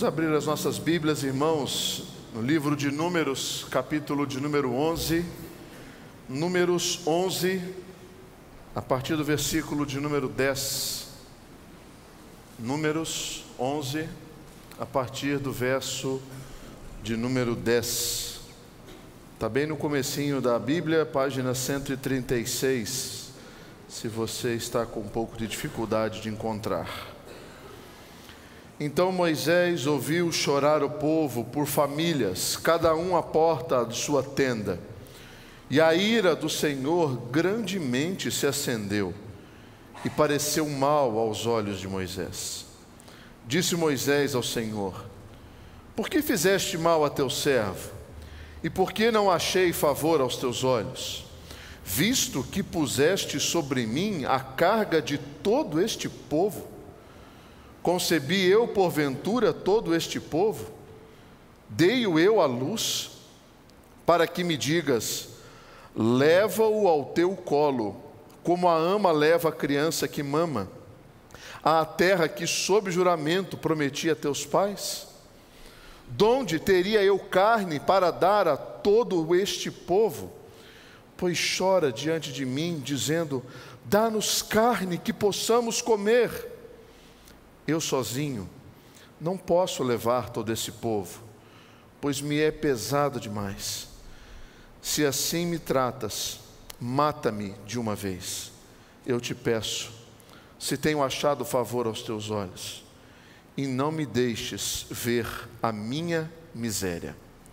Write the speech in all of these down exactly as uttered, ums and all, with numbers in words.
abrir as nossas Bíblias, irmãos, no livro de Números, capítulo de número onze. Números onze, a partir do versículo de número dez. Números onze, a partir do verso de número dez. Está bem no comecinho da Bíblia, página cento e trinta e seis, se você está com um pouco de dificuldade de encontrar. Então Moisés ouviu chorar o povo por famílias, cada um à porta de sua tenda. E a ira do Senhor grandemente se acendeu, e pareceu mal aos olhos de Moisés. Disse Moisés ao Senhor: por que fizeste mal a teu servo? E por que não achei favor aos teus olhos? Visto que puseste sobre mim a carga de todo este povo, concebi eu porventura todo este povo? Dei-o eu à luz, para que me digas: leva-o ao teu colo, como a ama leva a criança que mama, à terra que sob juramento prometi a teus pais? Donde teria eu carne para dar a todo este povo? Pois chora diante de mim, dizendo: dá-nos carne que possamos comer. Eu sozinho não posso levar todo esse povo, pois me é pesado demais. Se assim me tratas, mata-me de uma vez. Eu te peço, se tenho achado favor aos teus olhos, e não me deixes ver a minha miséria.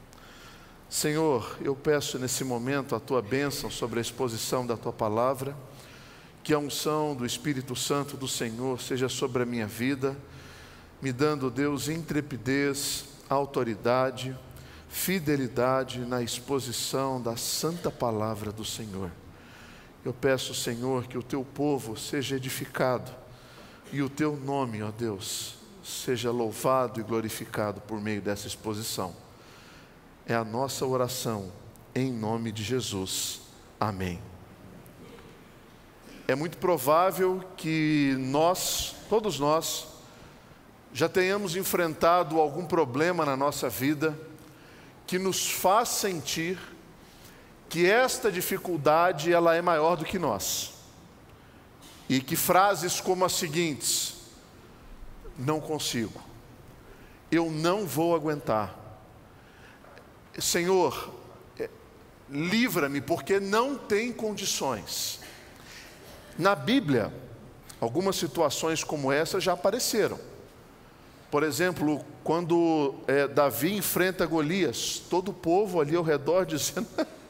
Senhor, eu peço nesse momento a tua bênção sobre a exposição da tua palavra, que a unção do Espírito Santo do Senhor seja sobre a minha vida, me dando, Deus, intrepidez, autoridade, fidelidade na exposição da santa palavra do Senhor. Eu peço, Senhor, que o teu povo seja edificado e o teu nome, ó Deus, seja louvado e glorificado por meio dessa exposição. É a nossa oração, em nome de Jesus. Amém. É muito provável que nós, todos nós, já tenhamos enfrentado algum problema na nossa vida que nos faz sentir que esta dificuldade ela é maior do que nós. E que frases como as seguintes: não consigo, eu não vou aguentar, Senhor, livra-me porque não tem condições. Na Bíblia, algumas situações como essa já apareceram. Por exemplo, quando é, Davi enfrenta Golias, todo o povo ali ao redor dizendo: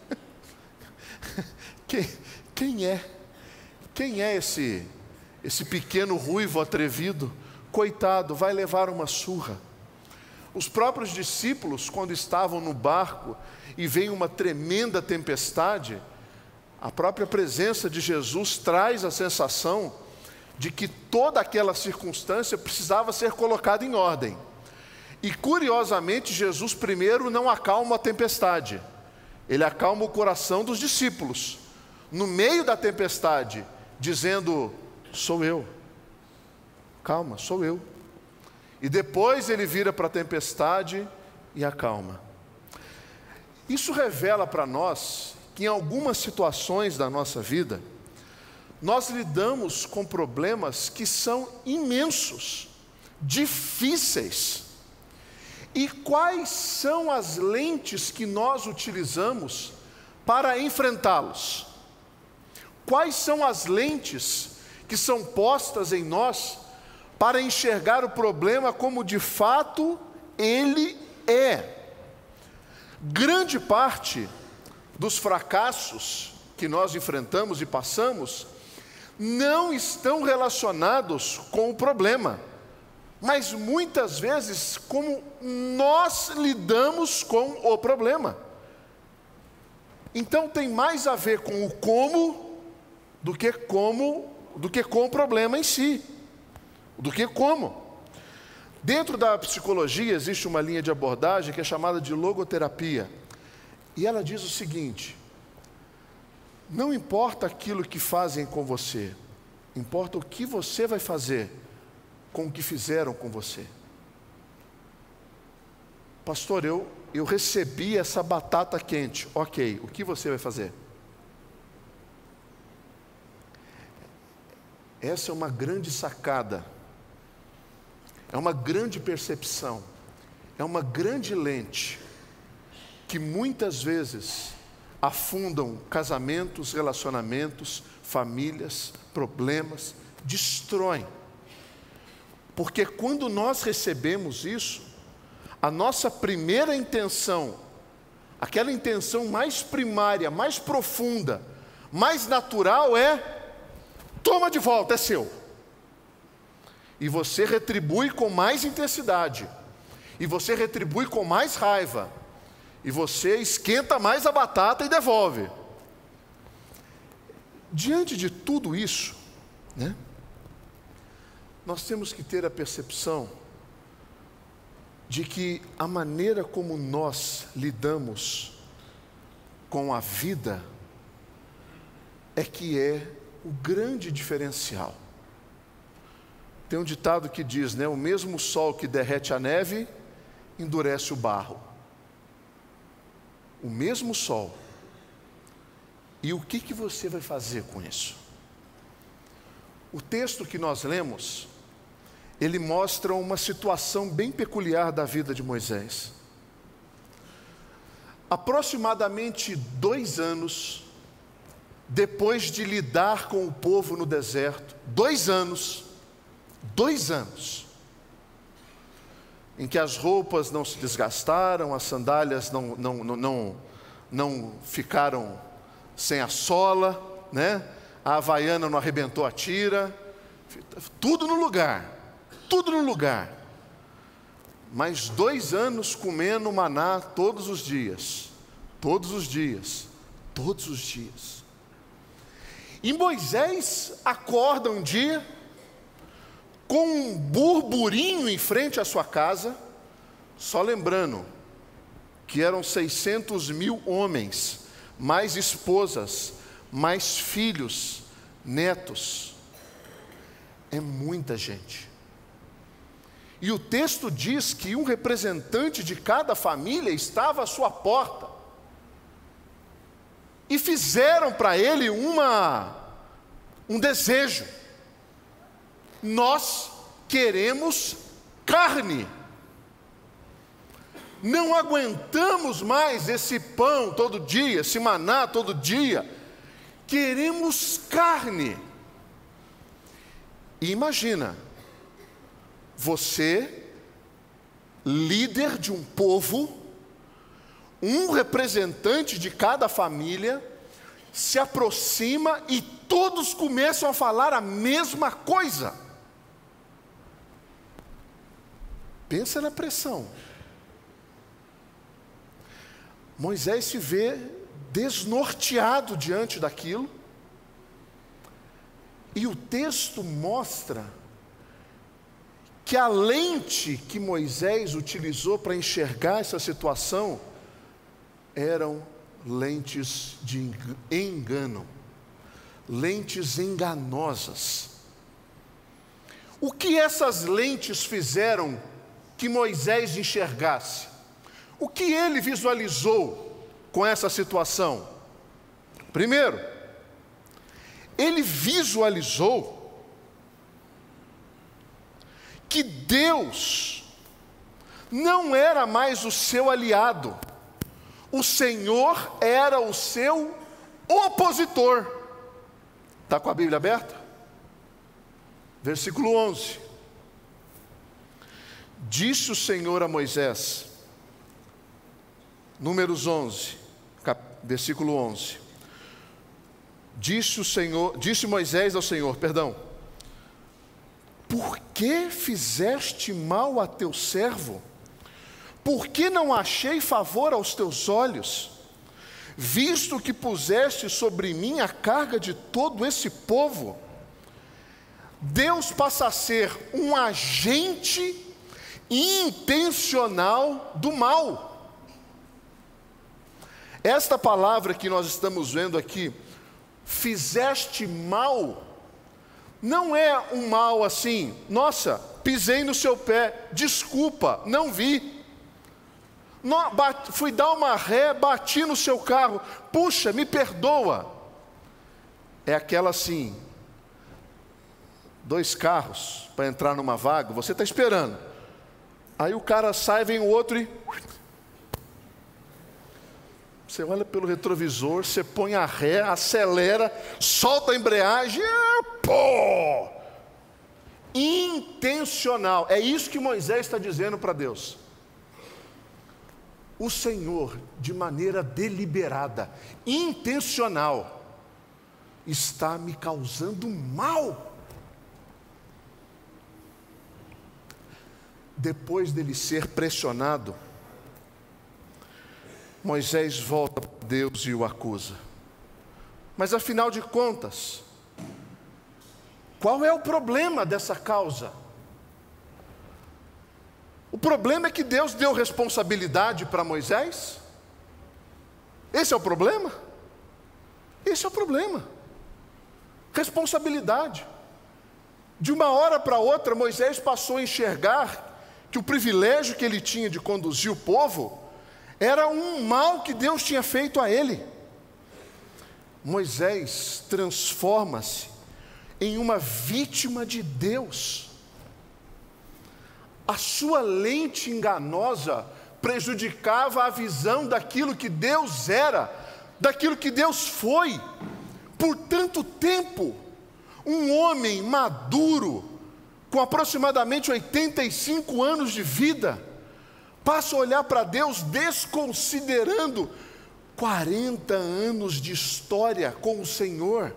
quem, quem é? Quem é esse, esse pequeno ruivo atrevido? Coitado, vai levar uma surra. Os próprios discípulos, quando estavam no barco e vem uma tremenda tempestade, a própria presença de Jesus traz a sensação de que toda aquela circunstância precisava ser colocada em ordem. E curiosamente, Jesus primeiro não acalma a tempestade, ele acalma o coração dos discípulos, no meio da tempestade, dizendo: sou eu, calma, sou eu. E depois ele vira para a tempestade e acalma. Isso revela para nós que em algumas situações da nossa vida, nós lidamos com problemas que são imensos, difíceis. E quais são as lentes que nós utilizamos para enfrentá-los? Quais são as lentes que são postas em nós para enxergar o problema como de fato ele é? Grande parte dos fracassos que nós enfrentamos e passamos não estão relacionados com o problema, mas muitas vezes como nós lidamos com o problema. Então tem mais a ver com o como do que como, do que com o problema em si, do que como. Dentro da psicologia existe uma linha de abordagem que é chamada de logoterapia. E ela diz o seguinte: não importa aquilo que fazem com você, importa o que você vai fazer com o que fizeram com você. pastor, eu, eu recebi essa batata quente. Ok, o que você vai fazer? Essa é uma grande sacada, é uma grande percepção, é uma grande lente, que muitas vezes afundam casamentos, relacionamentos, famílias, problemas, destroem. Porque quando nós recebemos isso, a nossa primeira intenção, aquela intenção mais primária, mais profunda, mais natural é: toma de volta, é seu. E você retribui com mais intensidade, e você retribui com mais raiva, e você esquenta mais a batata e devolve. Diante de tudo isso, né, nós temos que ter a percepção de que a maneira como nós lidamos com a vida é que é o grande diferencial. Tem um ditado que diz, né, o mesmo sol que derrete a neve, endurece o barro. O mesmo sol. E o que, que você vai fazer com isso? O texto que nós lemos, ele mostra uma situação bem peculiar da vida de Moisés. Aproximadamente dois anos depois de lidar com o povo no deserto, dois anos, dois anos, em que as roupas não se desgastaram, as sandálias não, não, não, não, não ficaram sem a sola, né? A havaiana não arrebentou a tira, tudo no lugar, tudo no lugar. Mas dois anos comendo maná todos os dias, todos os dias, todos os dias. E Moisés acorda um dia com um burburinho em frente à sua casa, só lembrando que eram seiscentos mil homens, mais esposas, mais filhos, netos. É muita gente. E o texto diz que um representante de cada família estava à sua porta. E fizeram para ele uma, um desejo. Nós queremos carne. Não aguentamos mais esse pão todo dia, esse maná todo dia. Queremos carne. E imagina, você, líder de um povo, um representante de cada família, se aproxima e todos começam a falar a mesma coisa. Pensa na pressão. Moisés se vê desnorteado diante daquilo, e o texto mostra que a lente que Moisés utilizou para enxergar essa situação eram lentes de engano, lentes enganosas. O que essas lentes fizeram que Moisés enxergasse? O que ele visualizou com essa situação? Primeiro, ele visualizou que Deus não era mais o seu aliado, o Senhor era o seu opositor. Está com a Bíblia aberta? Versículo onze. Disse o Senhor a Moisés, Números onze, cap, versículo onze. Disse o Senhor, disse Moisés ao Senhor, perdão, por que fizeste mal a teu servo? Por que não achei favor aos teus olhos? Visto que puseste sobre mim a carga de todo esse povo. Deus passa a ser um agente intencional do mal. Esta palavra que nós estamos vendo aqui, fizeste mal, não é um mal assim, nossa, pisei no seu pé, desculpa, não vi. Não, bate, fui dar uma ré, bati no seu carro, puxa, me perdoa. É aquela assim, dois carros para entrar numa vaga, você está esperando. Aí o cara sai, vem o outro e... Você olha pelo retrovisor, você põe a ré, acelera, solta a embreagem, pô! Intencional. É isso que Moisés está dizendo para Deus. O Senhor, de maneira deliberada, intencional, está me causando mal. Depois dele ser pressionado, Moisés volta para Deus e o acusa. Mas afinal de contas, qual é o problema dessa causa? O problema é que Deus deu responsabilidade para Moisés? Esse é o problema? Esse é o problema. Responsabilidade. De uma hora para outra, Moisés passou a enxergar que o privilégio que ele tinha de conduzir o povo era um mal que Deus tinha feito a ele. Moisés transforma-se em uma vítima de Deus. A sua lente enganosa prejudicava a visão daquilo que Deus era, daquilo que Deus foi. Por tanto tempo, um homem maduro, com aproximadamente oitenta e cinco anos de vida, passa a olhar para Deus desconsiderando quarenta anos de história com o Senhor.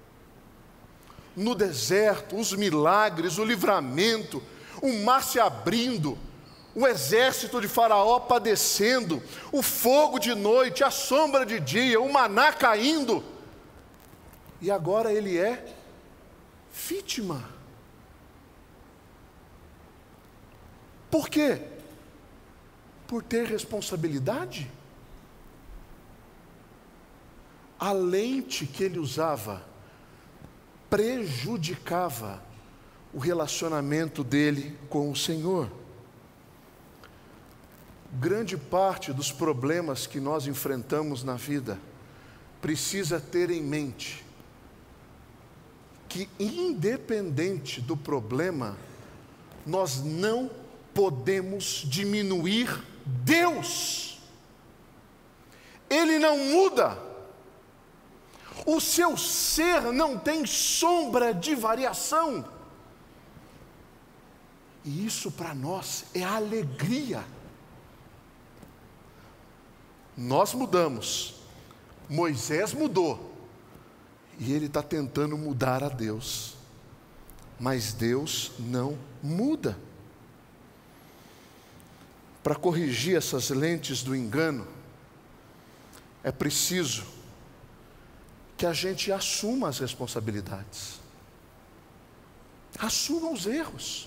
No deserto, os milagres, o livramento, o mar se abrindo, o exército de Faraó padecendo, o fogo de noite, a sombra de dia, o maná caindo. E agora ele é vítima. Por quê? Por ter responsabilidade? A lente que ele usava prejudicava o relacionamento dele com o Senhor. Grande parte dos problemas que nós enfrentamos na vida precisa ter em mente que, independente do problema, nós não podemos diminuir Deus. Ele não muda. O seu ser não tem sombra de variação. E isso para nós é alegria. Nós mudamos, Moisés mudou, e ele está tentando mudar a Deus, mas Deus não muda. Para corrigir essas lentes do engano, é preciso que a gente assuma as responsabilidades, assuma os erros,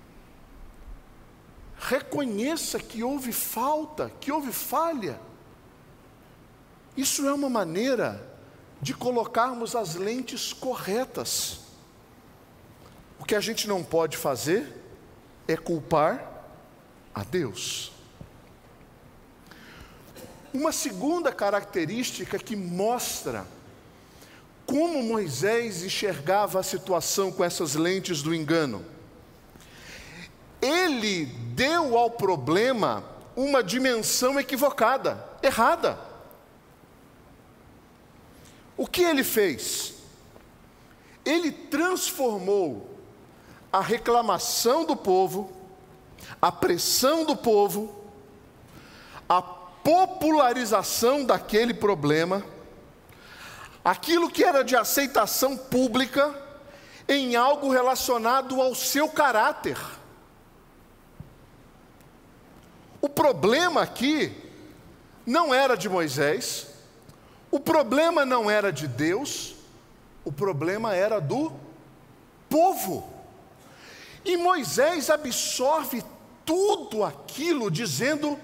reconheça que houve falta, que houve falha. Isso é uma maneira de colocarmos as lentes corretas. O que a gente não pode fazer é culpar a Deus. Uma segunda característica que mostra como Moisés enxergava a situação com essas lentes do engano. Ele deu ao problema uma dimensão equivocada, errada. O que ele fez? Ele transformou a reclamação do povo, a pressão do povo, a popularização daquele problema, aquilo que era de aceitação pública, em algo relacionado ao seu caráter. O problema aqui não era de Moisés, o problema não era de Deus, o problema era do povo. E Moisés absorve tudo aquilo dizendo: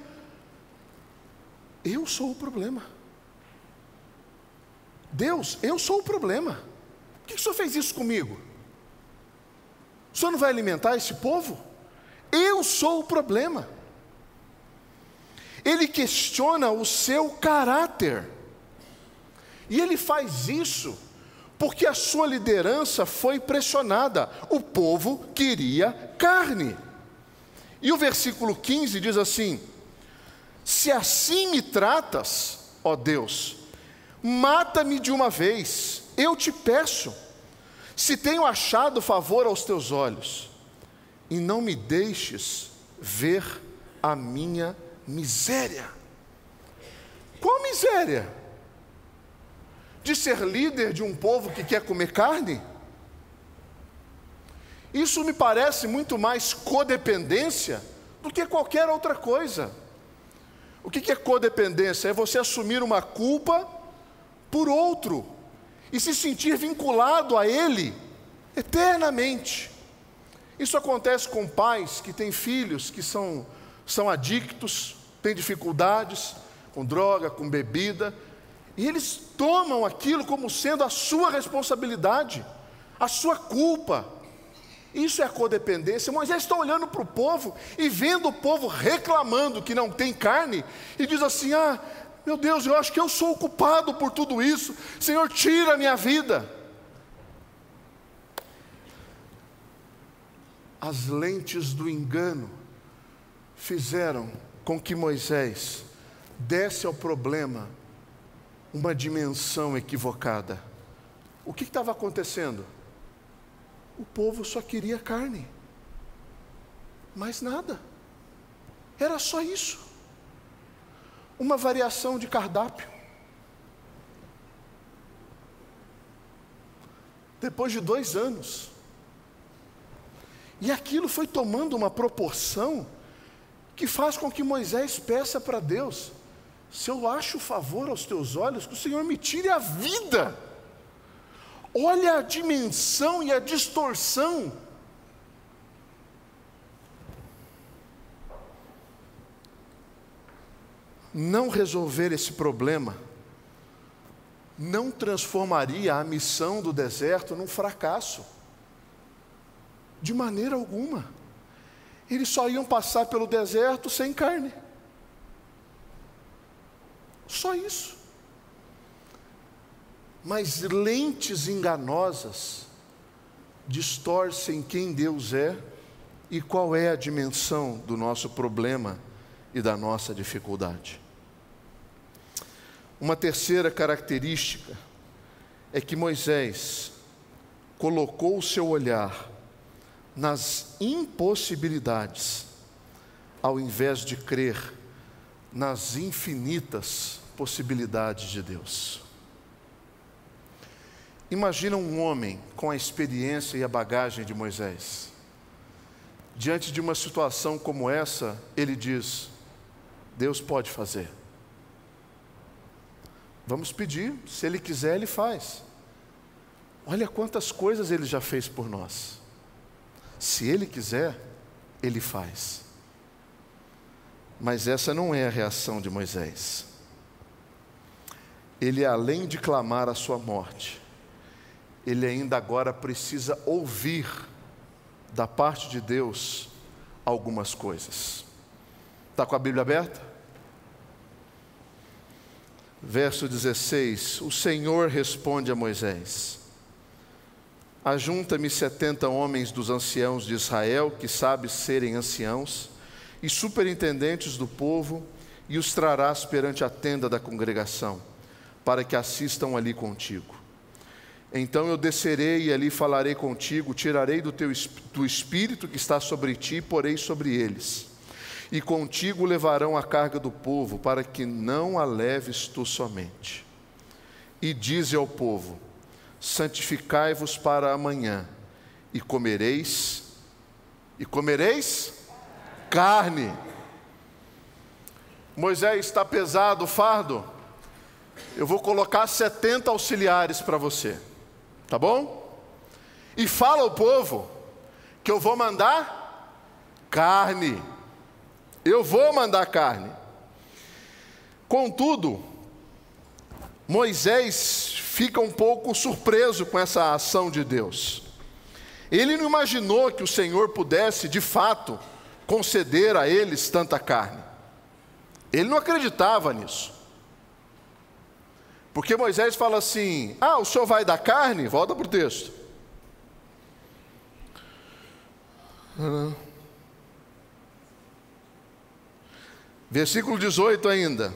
eu sou o problema. Deus, eu sou o problema. Por que o Senhor fez isso comigo? O Senhor não vai alimentar esse povo? Eu sou o problema. ele questiona o seu caráter. E ele faz isso porque a sua liderança foi pressionada. O povo queria carne. E o versículo quinze diz assim: se assim me tratas, ó Deus, mata-me de uma vez, eu te peço, se tenho achado favor aos teus olhos, e não me deixes ver a minha miséria. Qual miséria? De ser líder de um povo que quer comer carne? Isso me parece muito mais codependência do que qualquer outra coisa. O que é codependência? É você assumir uma culpa por outro e se sentir vinculado a ele eternamente. Isso acontece com pais que têm filhos que são, são adictos, têm dificuldades com droga, com bebida, e eles tomam aquilo como sendo a sua responsabilidade, a sua culpa. Isso é a codependência. Moisés está olhando para o povo e vendo o povo reclamando que não tem carne, e diz assim: ah, meu Deus, eu acho que eu sou o culpado por tudo isso. Senhor, tira a minha vida. As lentes do engano fizeram com que Moisés desse ao problema uma dimensão equivocada. O que estava acontecendo? O povo só queria carne, mais nada. Era só isso. Uma variação de cardápio. Depois de dois anos. E aquilo foi tomando uma proporção que faz com que Moisés peça para Deus: se eu acho favor aos teus olhos, que o Senhor me tire a vida. Olha a dimensão e a distorção. Não resolver esse problema não transformaria a missão do deserto num fracasso. De maneira alguma. Eles só iam passar pelo deserto sem carne. Só isso. Mas lentes enganosas distorcem quem Deus é e qual é a dimensão do nosso problema e da nossa dificuldade. Uma terceira característica é que Moisés colocou o seu olhar nas impossibilidades, ao invés de crer nas infinitas possibilidades de Deus. Imagina um homem com a experiência e a bagagem de Moisés. Diante de uma situação como essa, ele diz: Deus pode fazer. Vamos pedir, se Ele quiser, Ele faz. Olha quantas coisas Ele já fez por nós. Se Ele quiser, Ele faz. Mas essa não é a reação de Moisés. Ele, além de clamar a sua morte, ele ainda agora precisa ouvir da parte de Deus algumas coisas. Está com a Bíblia aberta? Verso dezesseis: o Senhor responde a Moisés: ajunta-me setenta homens dos anciãos de Israel, que sabes serem anciãos, e superintendentes do povo, e os trarás perante a tenda da congregação, para que assistam ali contigo. Então eu descerei e ali falarei contigo, tirarei do teu do espírito que está sobre ti e porei sobre eles. E contigo levarão a carga do povo, para que não a leves tu somente. E dize ao povo: santificai-vos para amanhã, e comereis, e comereis carne. Moisés, está pesado o fardo? Eu vou colocar setenta auxiliares para você, tá bom? E fala ao povo que eu vou mandar carne. Eu vou mandar carne. Contudo, Moisés fica um pouco surpreso com essa ação de Deus. Ele não imaginou que o Senhor pudesse, de fato, conceder a eles tanta carne. Ele não acreditava nisso. Porque Moisés fala assim: ah, o senhor vai dar carne? Volta para o texto. Uhum. Versículo dezoito ainda.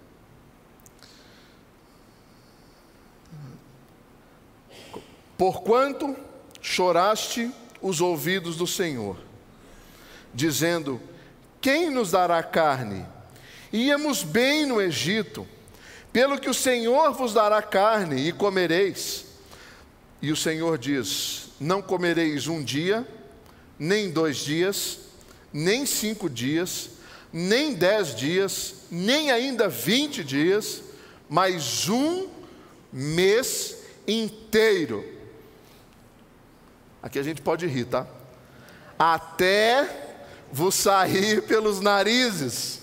Porquanto choraste os ouvidos do Senhor, dizendo: quem nos dará carne? Íamos bem no Egito, pelo que o Senhor vos dará carne e comereis. E o Senhor diz: não comereis um dia, nem dois dias, nem cinco dias, nem dez dias, nem ainda vinte dias, mas um mês inteiro. Aqui a gente pode rir, tá? Até vos sair pelos narizes,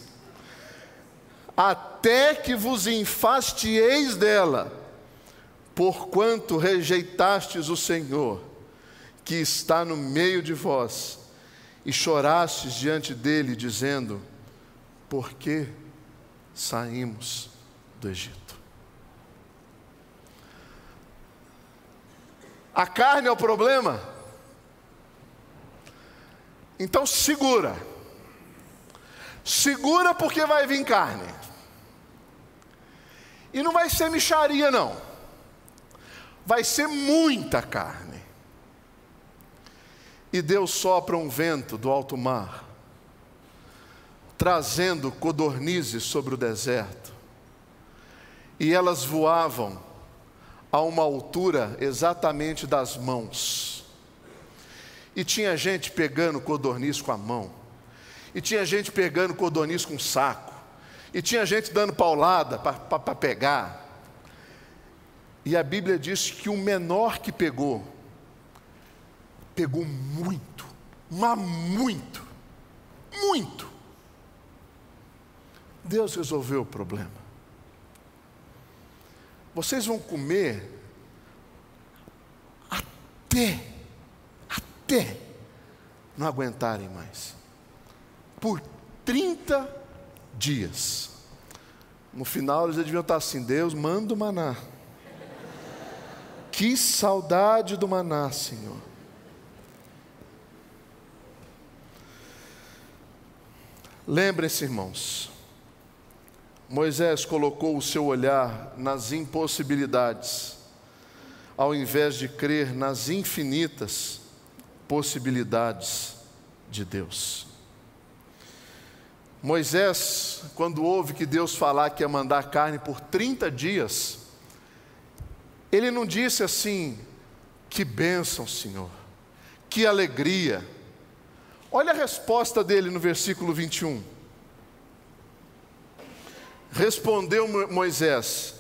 até que vos enfastieis dela, porquanto rejeitastes o Senhor, que está no meio de vós, e chorastes diante dele, dizendo: por que saímos do Egito? A carne é o problema? Então segura. Segura, porque vai vir carne. E não vai ser mixaria não. Vai ser muita carne. E Deus sopra um vento do alto mar, trazendo codornizes sobre o deserto. E elas voavam a uma altura exatamente das mãos. E tinha gente pegando codorniz com a mão. E tinha gente pegando codorniz com saco. E tinha gente dando paulada para pegar. E a Bíblia diz que o menor que pegou, pegou muito, mas muito, muito. Deus resolveu o problema. Vocês vão comer até, até não aguentarem mais. Por trinta dias. No final eles deviam estar assim: Deus, manda o maná. Que saudade do maná, Senhor. Lembrem-se, irmãos, Moisés colocou o seu olhar nas impossibilidades, ao invés de crer nas infinitas possibilidades de Deus. Moisés, quando ouve que Deus falar que ia mandar carne por trinta dias, ele não disse assim: que bênção, Senhor, que alegria. Olha a resposta dele no versículo vinte e um. Respondeu Moisés: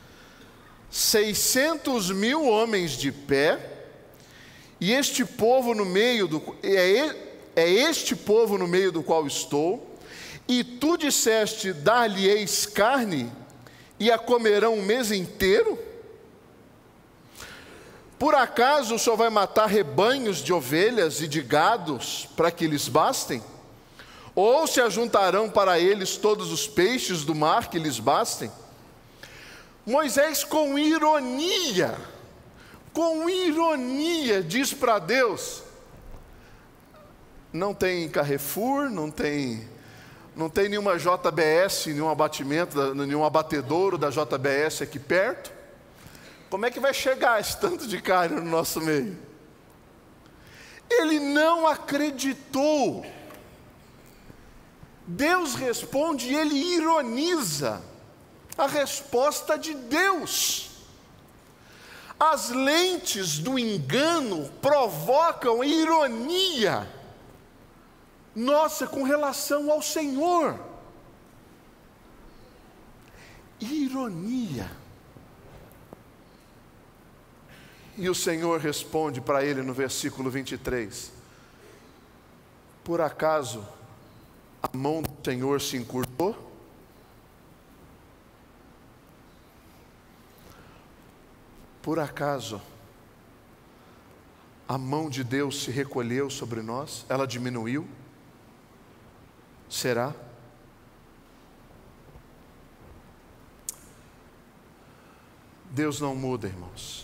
seiscentos mil homens de pé, e este povo no meio do é, é este povo no meio do qual estou, e tu disseste: dar-lhe-eis carne, e a comerão um mês inteiro? Por acaso o Senhor vai matar rebanhos de ovelhas e de gados para que lhes bastem? Ou se ajuntarão para eles todos os peixes do mar que lhes bastem? Moisés, com ironia, com ironia, diz para Deus: não tem Carrefour, não tem, não tem nenhuma J B S, nenhum abatimento, nenhum abatedouro da J B S aqui perto. Como é que vai chegar esse tanto de carne no nosso meio? Ele não acreditou. Deus responde e ele ironiza a resposta de Deus. As lentes do engano provocam ironia nossa com relação ao Senhor. Ironia. E o Senhor responde para ele no versículo vinte e três: por acaso a mão do Senhor se encurtou? Por acaso a mão de Deus se recolheu sobre nós? Ela diminuiu? Será? Deus não muda, irmãos.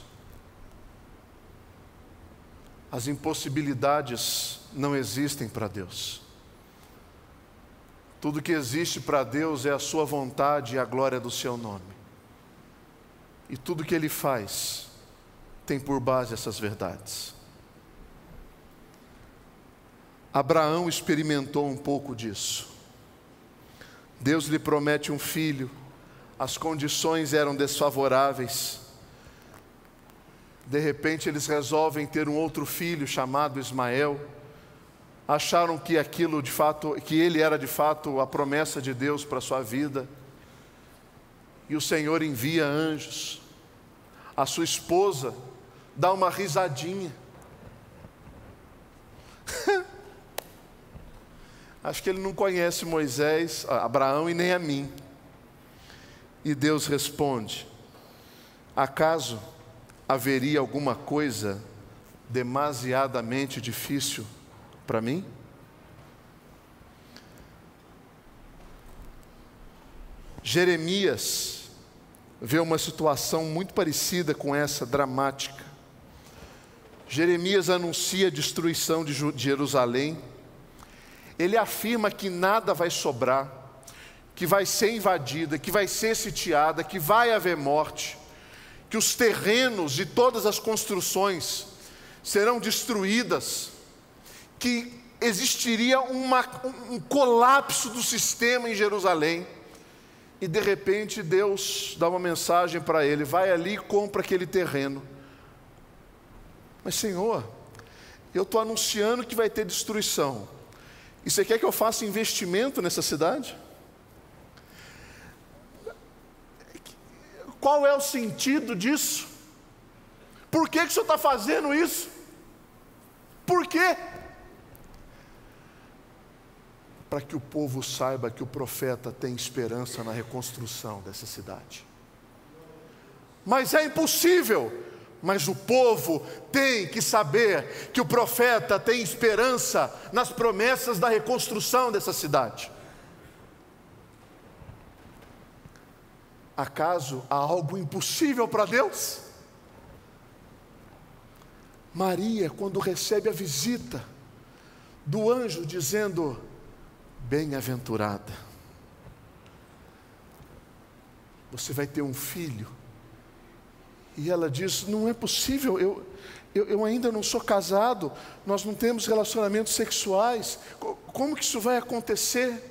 As impossibilidades não existem para Deus. Tudo que existe para Deus é a sua vontade e a glória do seu nome. E tudo que Ele faz tem por base essas verdades. Abraão experimentou um pouco disso. Deus lhe promete um filho, as condições eram desfavoráveis. De repente eles resolvem ter um outro filho chamado Ismael. Acharam que aquilo de fato, que ele era de fato a promessa de Deus para a sua vida. E o Senhor envia anjos. A sua esposa dá uma risadinha. Acho que ele não conhece Moisés, Abraão e nem a mim. E Deus responde: acaso haveria alguma coisa demasiadamente difícil para mim? Jeremias vê uma situação muito parecida com essa, dramática. Jeremias anuncia a destruição de Jerusalém. Ele afirma que nada vai sobrar, que vai ser invadida, que vai ser sitiada, que vai haver morte, que os terrenos de todas as construções serão destruídas, que existiria uma, um colapso do sistema em Jerusalém. E de repente Deus dá uma mensagem para ele: vai ali e compra aquele terreno. Mas Senhor, eu estou anunciando que vai ter destruição, e você quer que eu faça investimento nessa cidade? Qual é o sentido disso? Por que que o Senhor está fazendo isso? Por quê? Para que o povo saiba que o profeta tem esperança na reconstrução dessa cidade. Mas é impossível. Mas o povo tem que saber que o profeta tem esperança nas promessas da reconstrução dessa cidade. Acaso há algo impossível para Deus? Maria, quando recebe a visita do anjo dizendo: bem-aventurada, você vai ter um filho. E ela diz: não é possível, eu, eu, eu ainda não sou casado, nós não temos relacionamentos sexuais, como que isso vai acontecer?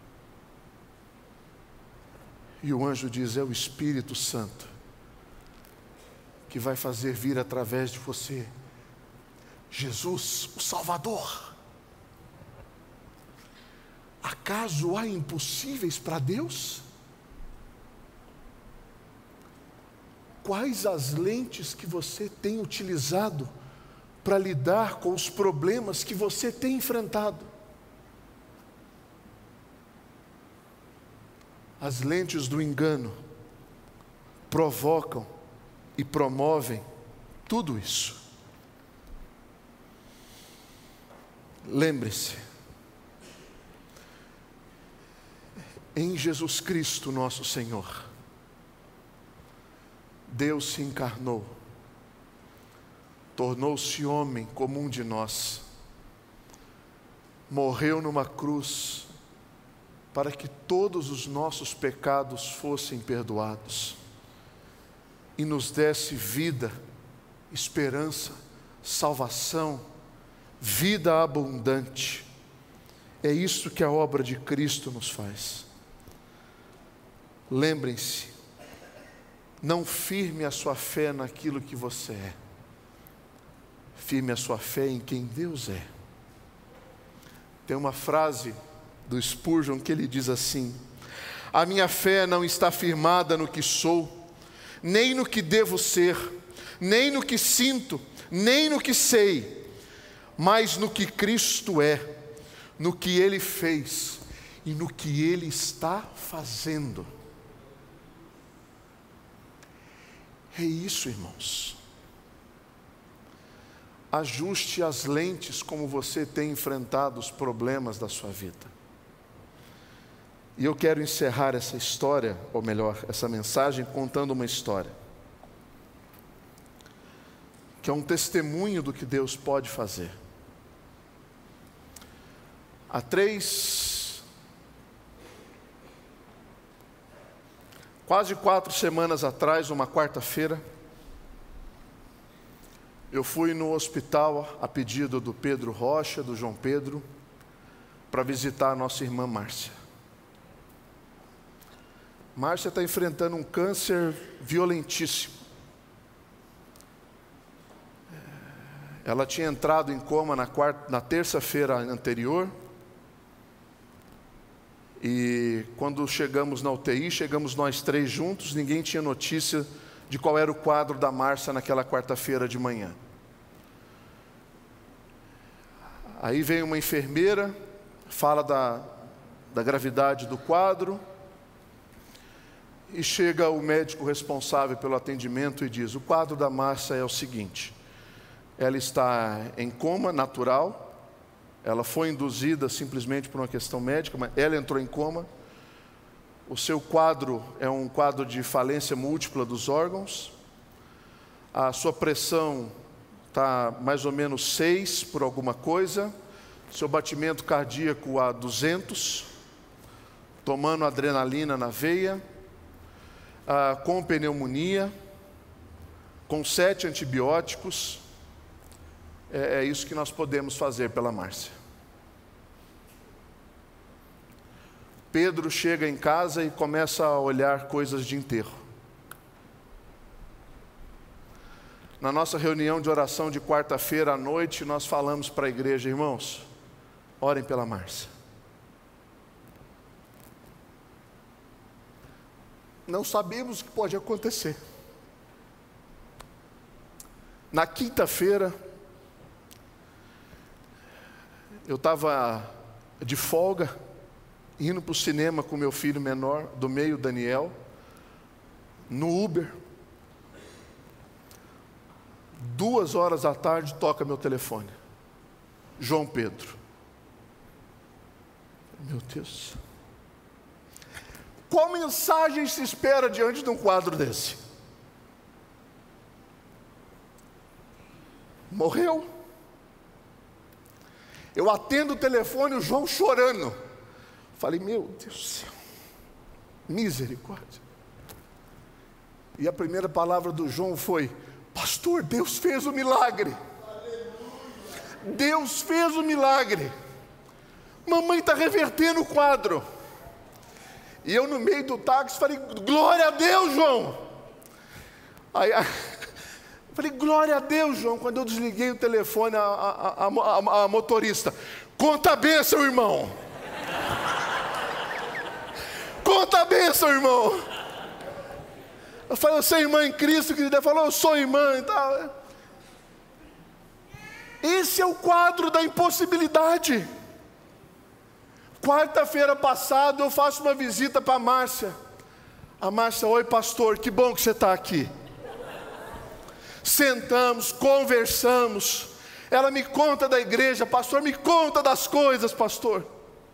E o anjo diz: é o Espírito Santo que vai fazer vir através de você Jesus, o Salvador. Acaso há impossíveis para Deus? Quais as lentes que você tem utilizado para lidar com os problemas que você tem enfrentado? As lentes do engano provocam e promovem tudo isso. Lembre-se, em Jesus Cristo nosso Senhor, Deus se encarnou, tornou-se homem como um de nós, morreu numa cruz para que todos os nossos pecados fossem perdoados e nos desse vida, esperança, salvação, vida abundante. É isso que a obra de Cristo nos faz. Lembrem-se, não firme a sua fé naquilo que você é, firme a sua fé em quem Deus é. Tem uma frase do Spurgeon que ele diz assim: a minha fé não está firmada no que sou, nem no que devo ser, nem no que sinto, nem no que sei, mas no que Cristo é, no que Ele fez e no que Ele está fazendo. É isso, irmãos. Ajuste as lentes como você tem enfrentado os problemas da sua vida. E eu quero encerrar essa história, ou melhor, essa mensagem, contando uma história. que é um testemunho do que Deus pode fazer. Há três, quase quatro semanas atrás, uma quarta-feira, eu fui no hospital a pedido do Pedro Rocha, do João Pedro, para visitar a nossa irmã Márcia. Márcia está enfrentando um câncer violentíssimo. Ela tinha entrado em coma na, quarta, na terça-feira anterior. E quando chegamos na U T I, chegamos nós três juntos, ninguém tinha notícia de qual era o quadro da Márcia naquela quarta-feira de manhã. Aí vem uma enfermeira, fala da, da gravidade do quadro, e chega o médico responsável pelo atendimento e diz: o quadro da Márcia é o seguinte, ela está em coma natural, ela foi induzida simplesmente por uma questão médica, mas ela entrou em coma. O seu quadro é um quadro de falência múltipla dos órgãos. A sua pressão está mais ou menos seis por alguma coisa. Seu batimento cardíaco a duzentos. Tomando adrenalina na veia. Ah, com pneumonia. Com sete antibióticos. É, é isso que nós podemos fazer pela Márcia. Pedro chega em casa e começa a olhar coisas de enterro. Na nossa reunião de oração de quarta-feira à noite, nós falamos para a igreja: irmãos, orem pela Márcia. Não sabemos o que pode acontecer. Na quinta-feira, eu estava de folga, indo para o cinema com meu filho menor, do meio, Daniel, no Uber. Duas horas da tarde, toca meu telefone. João Pedro. Meu Deus. Qual mensagem se espera diante de um quadro desse? Morreu. Eu atendo o telefone, o João chorando. Falei: meu Deus do céu, misericórdia. E a primeira palavra do João foi: pastor, Deus fez o milagre. Deus fez o milagre. Mamãe está revertendo o quadro. E eu no meio do táxi falei: glória a Deus, João. Aí eu falei: glória a Deus, João. Quando eu desliguei o telefone, a, a, a, a, a motorista: conta a bênção, irmão. Conta a bênção, irmão. Eu falei: você é irmã em Cristo, querida? Ela falou: eu sou irmã e tal. Esse é o quadro da impossibilidade. Quarta-feira passada eu faço uma visita para a Márcia. A Márcia: oi pastor, que bom que você está aqui. Sentamos, conversamos. Ela me conta da igreja: pastor, me conta das coisas, pastor.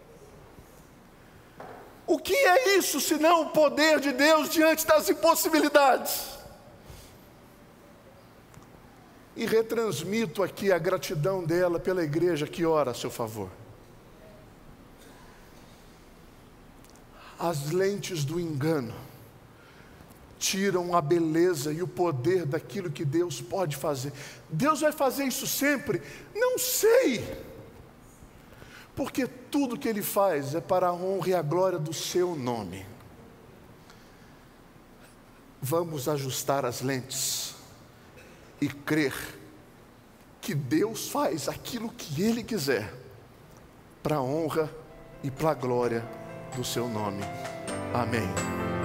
O que é isso senão o poder de Deus diante das impossibilidades? E retransmito aqui a gratidão dela pela igreja que ora a seu favor. As lentes do engano tiram a beleza e o poder daquilo que Deus pode fazer. Deus vai fazer isso sempre? Não sei. Porque tudo que Ele faz é para a honra e a glória do Seu nome. Vamos ajustar as lentes e crer que Deus faz aquilo que Ele quiser, para a honra e para a glória do Seu nome. Amém.